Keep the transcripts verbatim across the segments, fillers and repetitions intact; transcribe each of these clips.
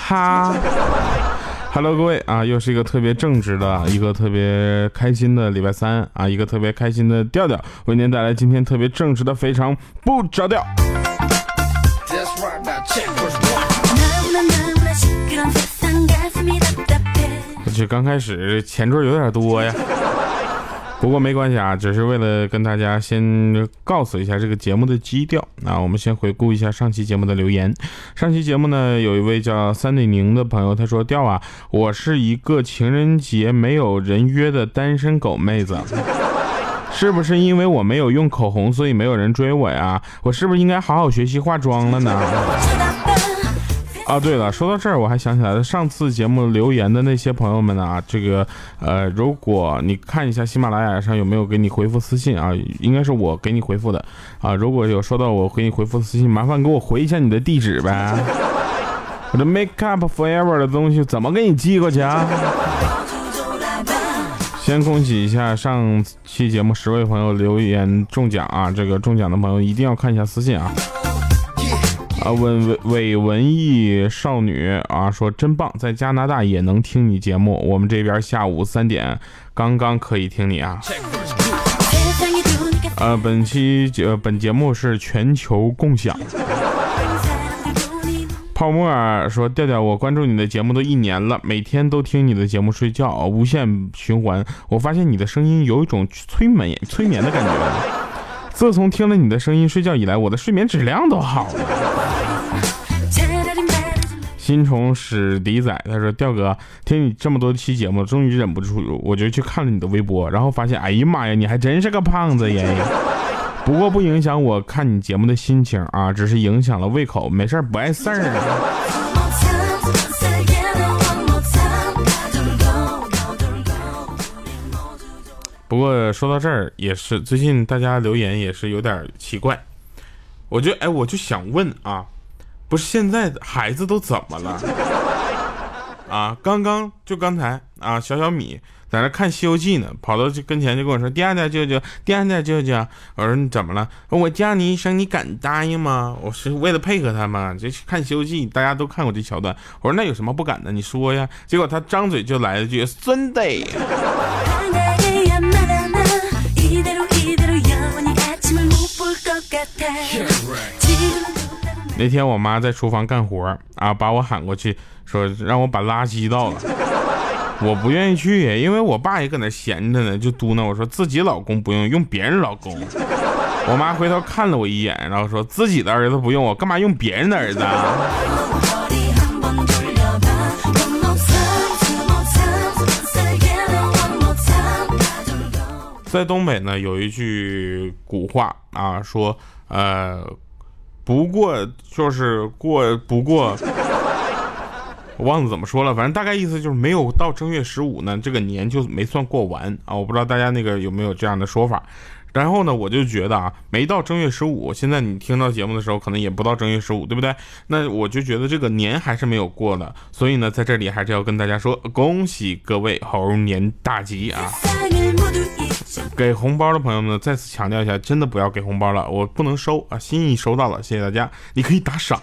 哈。Hello， 各位啊，又是一个特别正直的、一个特别开心的礼拜三啊，一个特别开心的调调，为您带来今天特别正直的非常不着调。这刚开始前缀有点多呀。不过没关系啊，只是为了跟大家先告诉一下这个节目的基调。那我们先回顾一下上期节目的留言。上期节目呢，有一位叫三内宁的朋友，他说：调啊，我是一个情人节没有人约的单身狗妹子，是不是因为我没有用口红，所以没有人追我呀？我是不是应该好好学习化妆了呢？啊，对了，说到这儿，我还想起来了，上次节目留言的那些朋友们啊，这个呃，如果你看一下喜马拉雅上有没有给你回复私信啊，应该是我给你回复的啊，如果有收到我给你回复的私信，麻烦给我回一下你的地址呗，我的 Make Up Forever 的东西怎么给你寄过去啊？先恭喜一下上期节目十位朋友留言中奖啊，这个中奖的朋友一定要看一下私信啊。啊，文伪文艺少女啊说真棒，在加拿大也能听你节目，我们这边下午三点刚刚可以听你啊。呃，本期呃本节目是全球共享。泡沫说调调，我关注你的节目都一年了，每天都听你的节目睡觉，无限循环。我发现你的声音有一种催眠催眠的感觉。自从听了你的声音睡觉以来，我的睡眠质量都好了。新虫史迪仔他说，调哥，听你这么多期节目，终于忍不住，我就去看了你的微博，然后发现，哎呀妈呀，你还真是个胖子耶！不过不影响我看你节目的心情啊，只是影响了胃口，没事不碍事儿。不过说到这儿，也是最近大家留言也是有点奇怪，我就哎，我就想问啊，不是现在的孩子都怎么了啊？刚刚就刚才啊，小小米在那看《西游记》呢，跑到跟前就跟我说：“第二代舅舅，第二代舅舅。”我说：“你怎么了？我叫你一声，你敢答应吗？”我是为了配合他嘛，这看《西游记》大家都看过这桥段。我说：“那有什么不敢的？你说呀。”结果他张嘴就来了句：“孙子。”那天我妈在厨房干活啊，把我喊过去说让我把垃圾倒了，我不愿意去，因为我爸也搁那闲着呢，就嘟囔我说自己老公不用，用别人老公。我妈回头看了我一眼，然后说自己的儿子不用，我干嘛用别人的儿子啊？在东北呢，有一句古话啊，说呃。不过就是过不过我忘了怎么说了，反正大概意思就是没有到正月十五呢，这个年就没算过完啊！我不知道大家那个有没有这样的说法。然后呢，我就觉得啊，没到正月十五，现在你听到节目的时候，可能也不到正月十五，对不对？那我就觉得这个年还是没有过的，所以呢，在这里还是要跟大家说，恭喜各位猴年大吉啊！给红包的朋友们再次强调一下，真的不要给红包了，我不能收啊！心意收到了，谢谢大家，你可以打赏。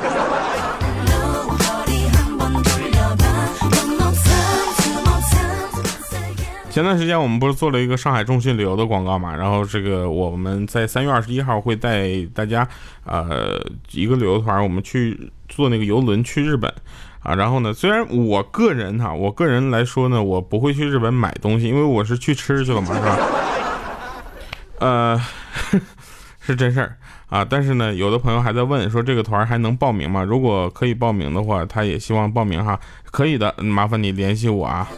前段时间我们不是做了一个上海众信旅游的广告嘛，然后这个我们在三月二十一号会带大家呃一个旅游团，我们去坐那个游轮去日本啊。然后呢，虽然我个人哈，我个人来说呢，我不会去日本买东西，因为我是去吃去了嘛，是吧？呃，是真事儿啊。但是呢，有的朋友还在问说这个团还能报名吗？如果可以报名的话，他也希望报名哈，可以的，麻烦你联系我啊。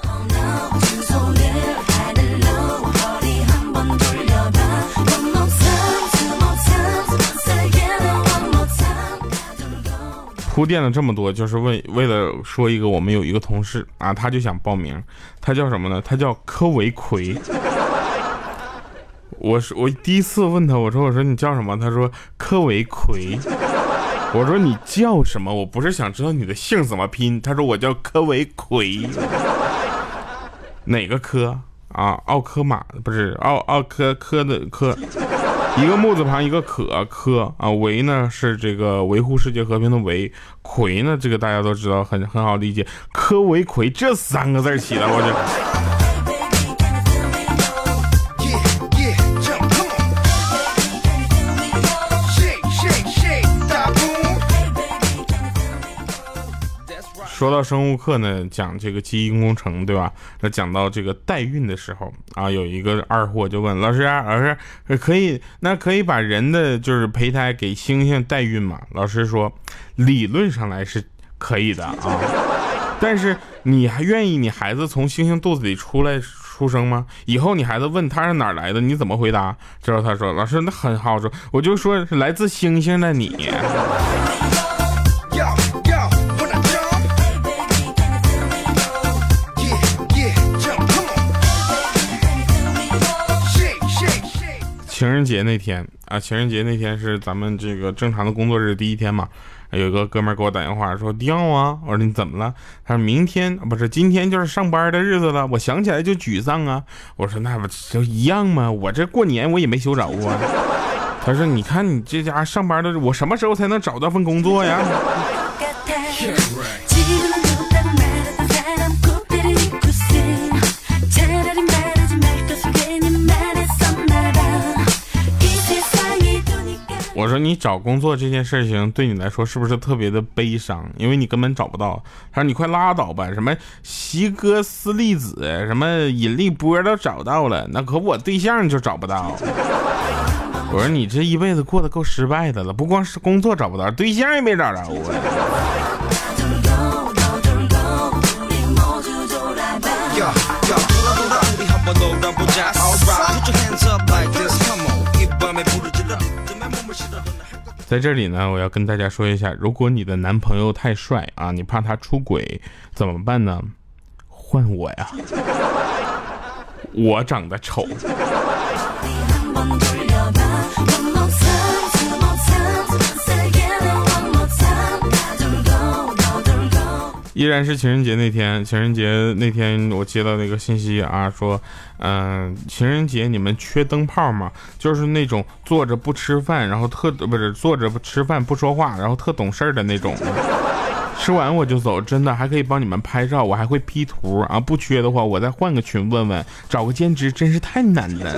铺垫了这么多，就是为为了说一个，我们有一个同事啊，他就想报名，他叫什么呢？他叫柯维奎。我是我第一次问他，我说我说你叫什么？他说柯维奎。我说你叫什么？我不是想知道你的姓怎么拼。他说我叫柯维奎。哪个科啊？奥科马不是奥奥科科的科。 一个木字旁，一个可科啊，维呢是这个维护世界和平的维，葵呢这个大家都知道，很很好理解，柯维葵这三个字起的，我觉得。说到生物课呢，讲这个基因工程，对吧？那讲到这个代孕的时候啊，有一个二货就问老师啊，老师可以那可以把人的就是胚胎给猩猩代孕吗？老师说理论上来是可以的啊，但是你还愿意你孩子从猩猩肚子里出来出生吗？以后你孩子问他是哪儿来的，你怎么回答？之后他说老师那很好说，我就说是来自猩猩的你。情人节那天啊，情人节那天是咱们这个正常的工作日第一天嘛。有一个哥们儿给我打电话说掉啊，我说你怎么了？他说明天不是今天就是上班的日子了，我想起来就沮丧啊。我说那不就一样吗？我这过年我也没休着啊。他说你看你这家上班的，我什么时候才能找到份工作呀？我说你找工作这件事情对你来说是不是特别的悲伤？因为你根本找不到。他说你快拉倒吧，什么席哥斯粒子，什么引力波都找到了，那可我对象就找不到。我说你这一辈子过得够失败的了，不光是工作找不到，对象也没找着啊。在这里呢，我要跟大家说一下，如果你的男朋友太帅啊，你怕他出轨怎么办呢？换我呀，我长得丑。依然是情人节那天，情人节那天我接到那个信息啊，说，嗯、呃，情人节你们缺灯泡吗？就是那种坐着不吃饭，然后特不是坐着不吃饭不说话，然后特懂事儿的那种。吃完我就走，真的还可以帮你们拍照，我还会 P 图啊，不缺的话我再换个群问问，找个兼职真是太难了。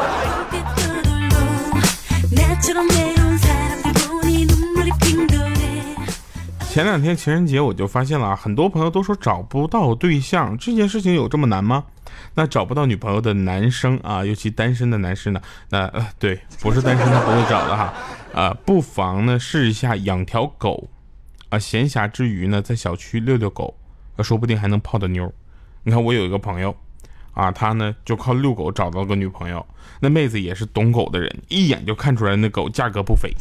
前两天情人节我就发现了，很多朋友都说找不到对象，这件事情有这么难吗？那找不到女朋友的男生啊，尤其单身的男士呢，那呃对，不是单身他不会找的哈，啊，不妨呢试一下养条狗，啊，闲暇之余呢在小区遛遛狗，啊，说不定还能泡到妞。你看我有一个朋友，啊，他呢就靠遛狗找到个女朋友，那妹子也是懂狗的人，一眼就看出来那狗价格不菲。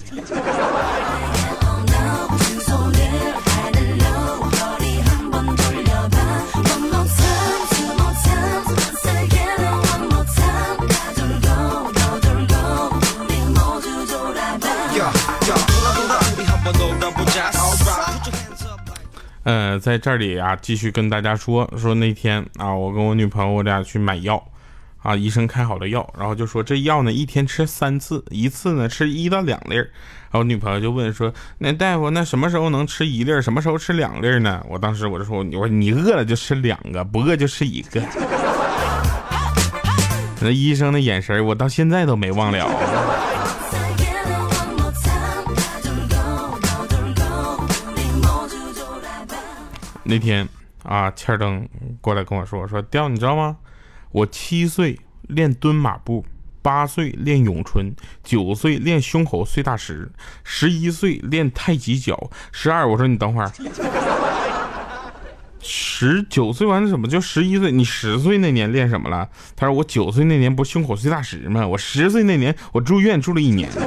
呃，在这里啊，继续跟大家说说那天啊，我跟我女朋友我俩去买药，啊，医生开好了药，然后就说这药呢一天吃三次，一次呢吃一到两粒。然后我女朋友就问说，那大夫那什么时候能吃一粒，什么时候吃两粒呢？我当时我就说，我说你饿了就吃两个，不饿就吃一个。那医生的眼神我到现在都没忘了。那天啊，欠儿灯过来跟我说说雕，你知道吗？我七岁练蹲马步，八岁练咏春，九岁练胸口碎大石，十一岁练太极脚，十二我说你等会儿，十九岁完了怎么就十一岁？你十岁那年练什么了？他说我九岁那年不是胸口碎大石吗？我十岁那年我住院住了一年。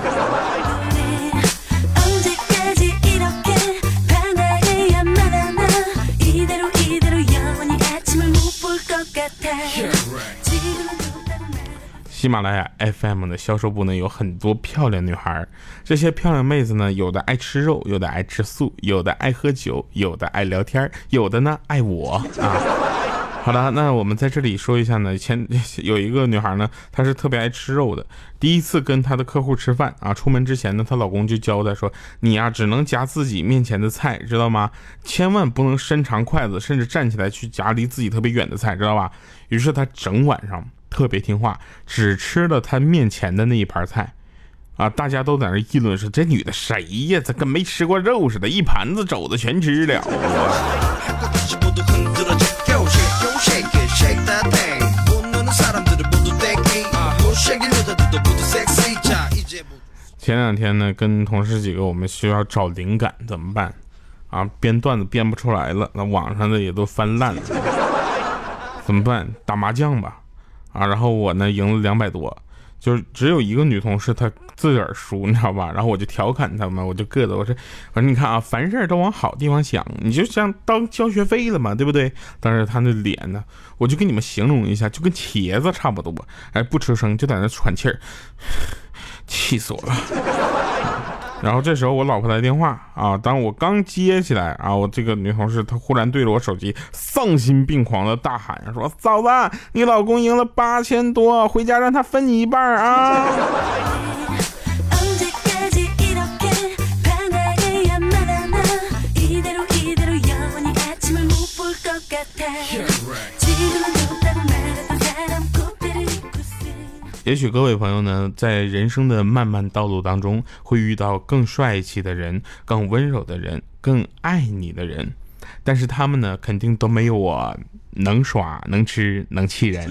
喜马拉雅 F M 的销售部呢有很多漂亮女孩，这些漂亮妹子呢，有的爱吃肉，有的爱吃素，有的爱喝酒，有的爱聊天，有的呢爱我啊。 好的，那我们在这里说一下呢，前有一个女孩呢，她是特别爱吃肉的。第一次跟她的客户吃饭啊，出门之前呢，她老公就教她说：“你呀、啊，只能夹自己面前的菜，知道吗？千万不能伸长筷子，甚至站起来去夹离自己特别远的菜，知道吧？”于是她整晚上特别听话，只吃了她面前的那一盘菜。啊！大家都在那议论说：“这女的谁呀？这跟没吃过肉似的，一盘子肘子全吃了啊！”前两天呢，跟同事几个我们需要找灵感，怎么办？啊，编段子编不出来了，那网上的也都翻烂了，怎么办？打麻将吧！啊，然后我呢赢了两百多。就是只有一个女同事她自个儿输，你知道吧？然后我就调侃他们，我就硌着我说：“我说你看啊，凡事都往好地方想，你就像当交学费了嘛，对不对？”但是他那脸呢，我就给你们形容一下，就跟茄子差不多，哎，不出声，就在那喘气儿，气死我了。然后这时候我老婆来电话啊，当我刚接起来啊，我这个女同事她忽然对着我手机丧心病狂的大喊说：“嫂子，你老公赢了八千多，回家让他分你一半啊！”也许各位朋友呢，在人生的漫漫道路当中，会遇到更帅气的人、更温柔的人、更爱你的人，但是他们呢，肯定都没有我能耍、能吃、能气人。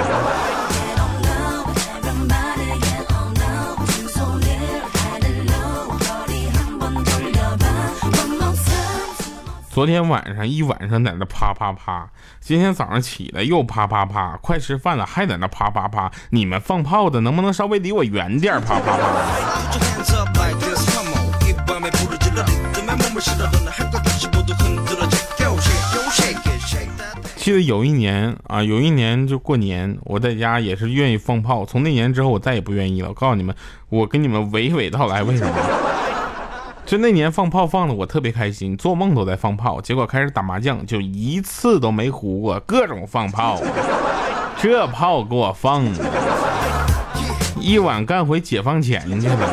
昨天晚上一晚上在那啪啪啪，今天早上起来又啪啪啪，快吃饭了还在那啪啪啪，你们放炮的能不能稍微离我远点？啪啪啪。记得有一年啊，有一年就过年，我在家也是愿意放炮，从那年之后我再也不愿意了。我告诉你们，我跟你们娓娓道来为什么。就那年放炮放的我特别开心，做梦都在放炮，结果开始打麻将就一次都没胡过，各种放炮，这炮给我放的，一晚干回解放前去了。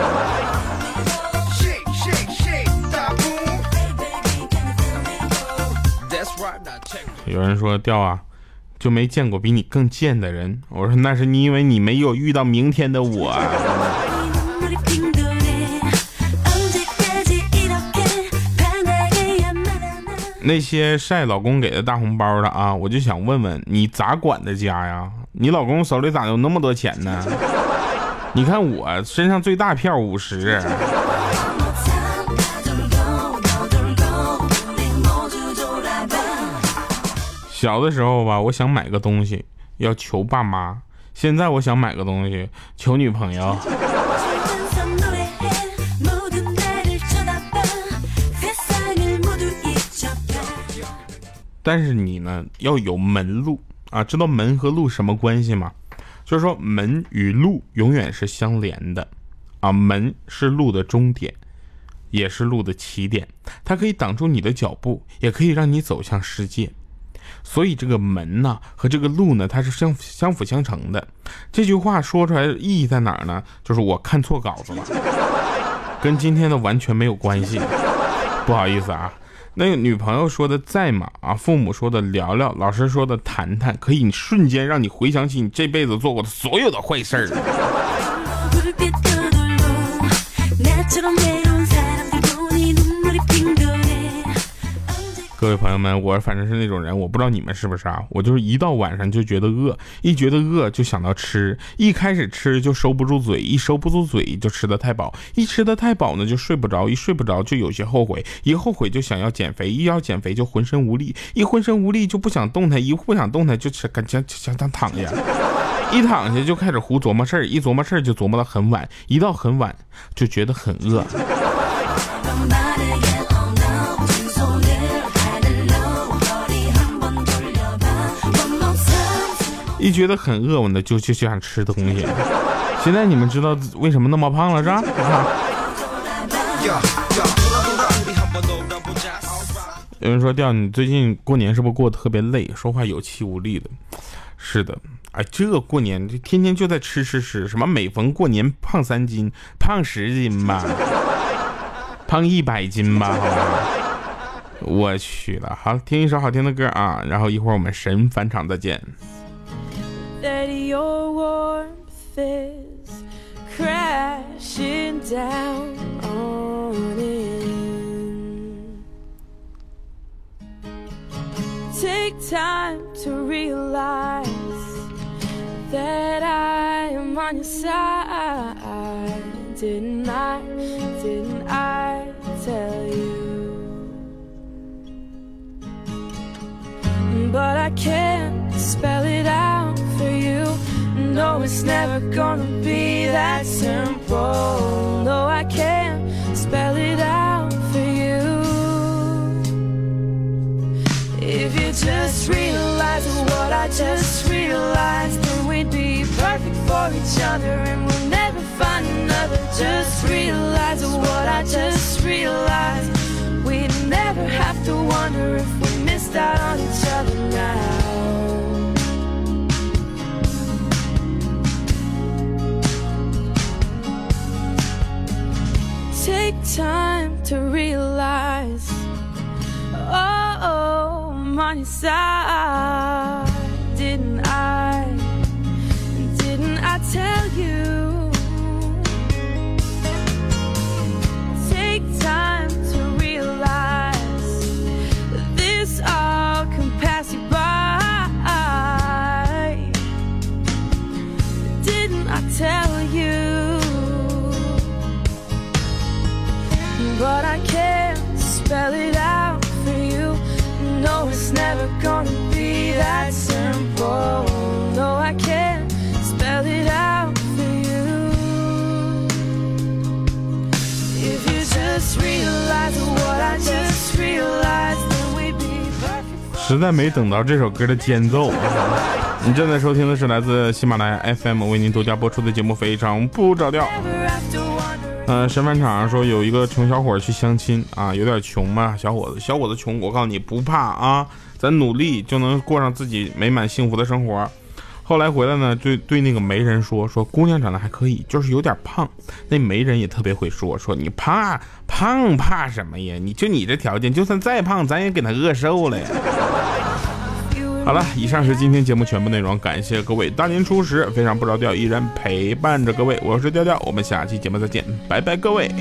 有人说调啊，就没见过比你更贱的人。我说那是你因为你没有遇到明天的我啊。那些晒老公给的大红包的啊，我就想问问你咋管的家呀？你老公手里咋有那么多钱呢？你看我身上最大票五十。小的时候吧，我想买个东西要求爸妈，现在我想买个东西求女朋友。但是你呢要有门路啊，知道门和路什么关系吗？就是说门与路永远是相连的啊，门是路的终点，也是路的起点，它可以挡住你的脚步，也可以让你走向世界。所以这个门呢和这个路呢，它是相相辅相成的。这句话说出来的意义在哪儿呢？就是我看错稿子了，跟今天的完全没有关系，不好意思啊。那个女朋友说的在吗？啊，父母说的聊聊，老师说的谈谈，可以你瞬间让你回想起你这辈子做过的所有的坏事儿。各位朋友们，我反正是那种人，我不知道你们是不是啊？我就是一到晚上就觉得饿，一觉得饿就想到吃，一开始吃就收不住嘴，一收不住嘴就吃得太饱，一吃得太饱呢就睡不着，一睡不着就有些后悔，一后悔就想要减肥，一要减肥就浑身无力，一浑身无力就不想动弹，一不想动弹就感觉就想躺下，一躺下就开始胡琢磨事儿，一琢磨事儿就琢磨到很晚，一到很晚就觉得很饿。一觉得很饿，我呢就就想吃东西。现在你们知道为什么那么胖了是吧？啊、 有人说，调你最近过年是不是过得特别累，说话有气无力的？是的，哎，这个过年就天天就在吃吃吃，什么每逢过年胖三斤，胖十斤吧，胖一百斤吧，好吧。我去了，好，听一首好听的歌啊，然后一会儿我们神返场再见。 That your warmth is crashing down on in. Take time to realize that I am on your side. Didn't I, didn't I tell you? But I can't spell it out for you. No, it's never gonna be that simple. No, I can't spell it out for you. If you just realize what I just realized, then we'd be perfect for each other and we'll never find another. Just realize what I just realized. We'd never have to wonder if we missed out on each other now. Take time to realize, oh, I'm on your side. Didn't I, didn't I tell you? Take time to realize this all can pass you by. Didn't I tell you? But I can't spell it out for you. No, it's never gonna be that simple. No, I can't spell it out for you. If you just realize what I just realized, then we'd be perfect. 实在没等到这首歌的间奏。你正在收听的是来自喜马拉雅 F M 为您独家播出的节目《非常不着调》。呃，神返场说有一个穷小伙去相亲啊，有点穷嘛，小伙子，小伙子穷，我告诉你不怕啊，咱努力就能过上自己美满幸福的生活。后来回来呢，对对那个媒人说说姑娘长得还可以，就是有点胖。那媒人也特别会说说你怕胖怕什么呀？你就你这条件，就算再胖，咱也给他饿瘦了呀。好了，以上是今天节目全部内容，感谢各位大年初十非常不着调依然陪伴着各位，我是调调，我们下期节目再见，拜拜各位。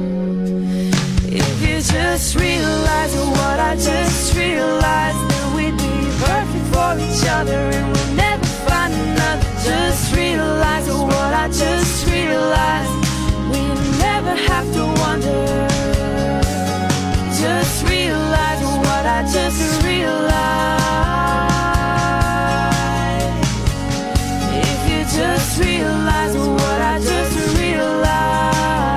If you just realize what I just realized, then we'd be perfect for each other and we'll never find another. Just realize what I just realized, we'd never have to wonder. Just realize what I just realized. If you just realize what I just realized.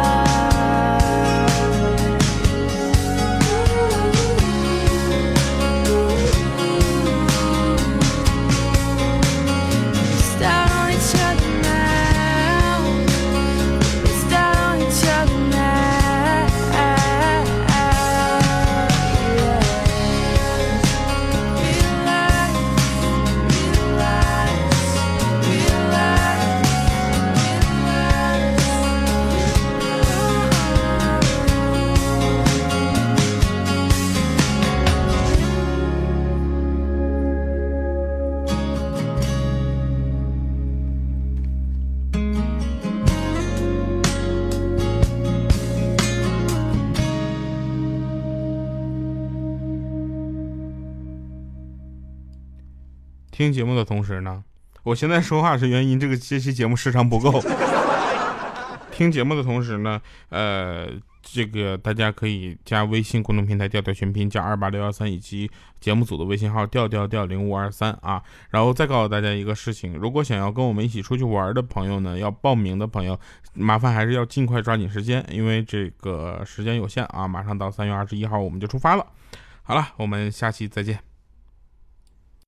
听节目的同时呢，我现在说话是原因，这个这期节目时长不够。听节目的同时呢，呃，这个大家可以加微信公众平台调调全拼加二八六幺三，以及节目组的微信号调调调零五二三啊。然后再告诉大家一个事情，如果想要跟我们一起出去玩的朋友呢，要报名的朋友，麻烦还是要尽快抓紧时间，因为这个时间有限啊，马上到三月二十一号我们就出发了。好了，我们下期再见。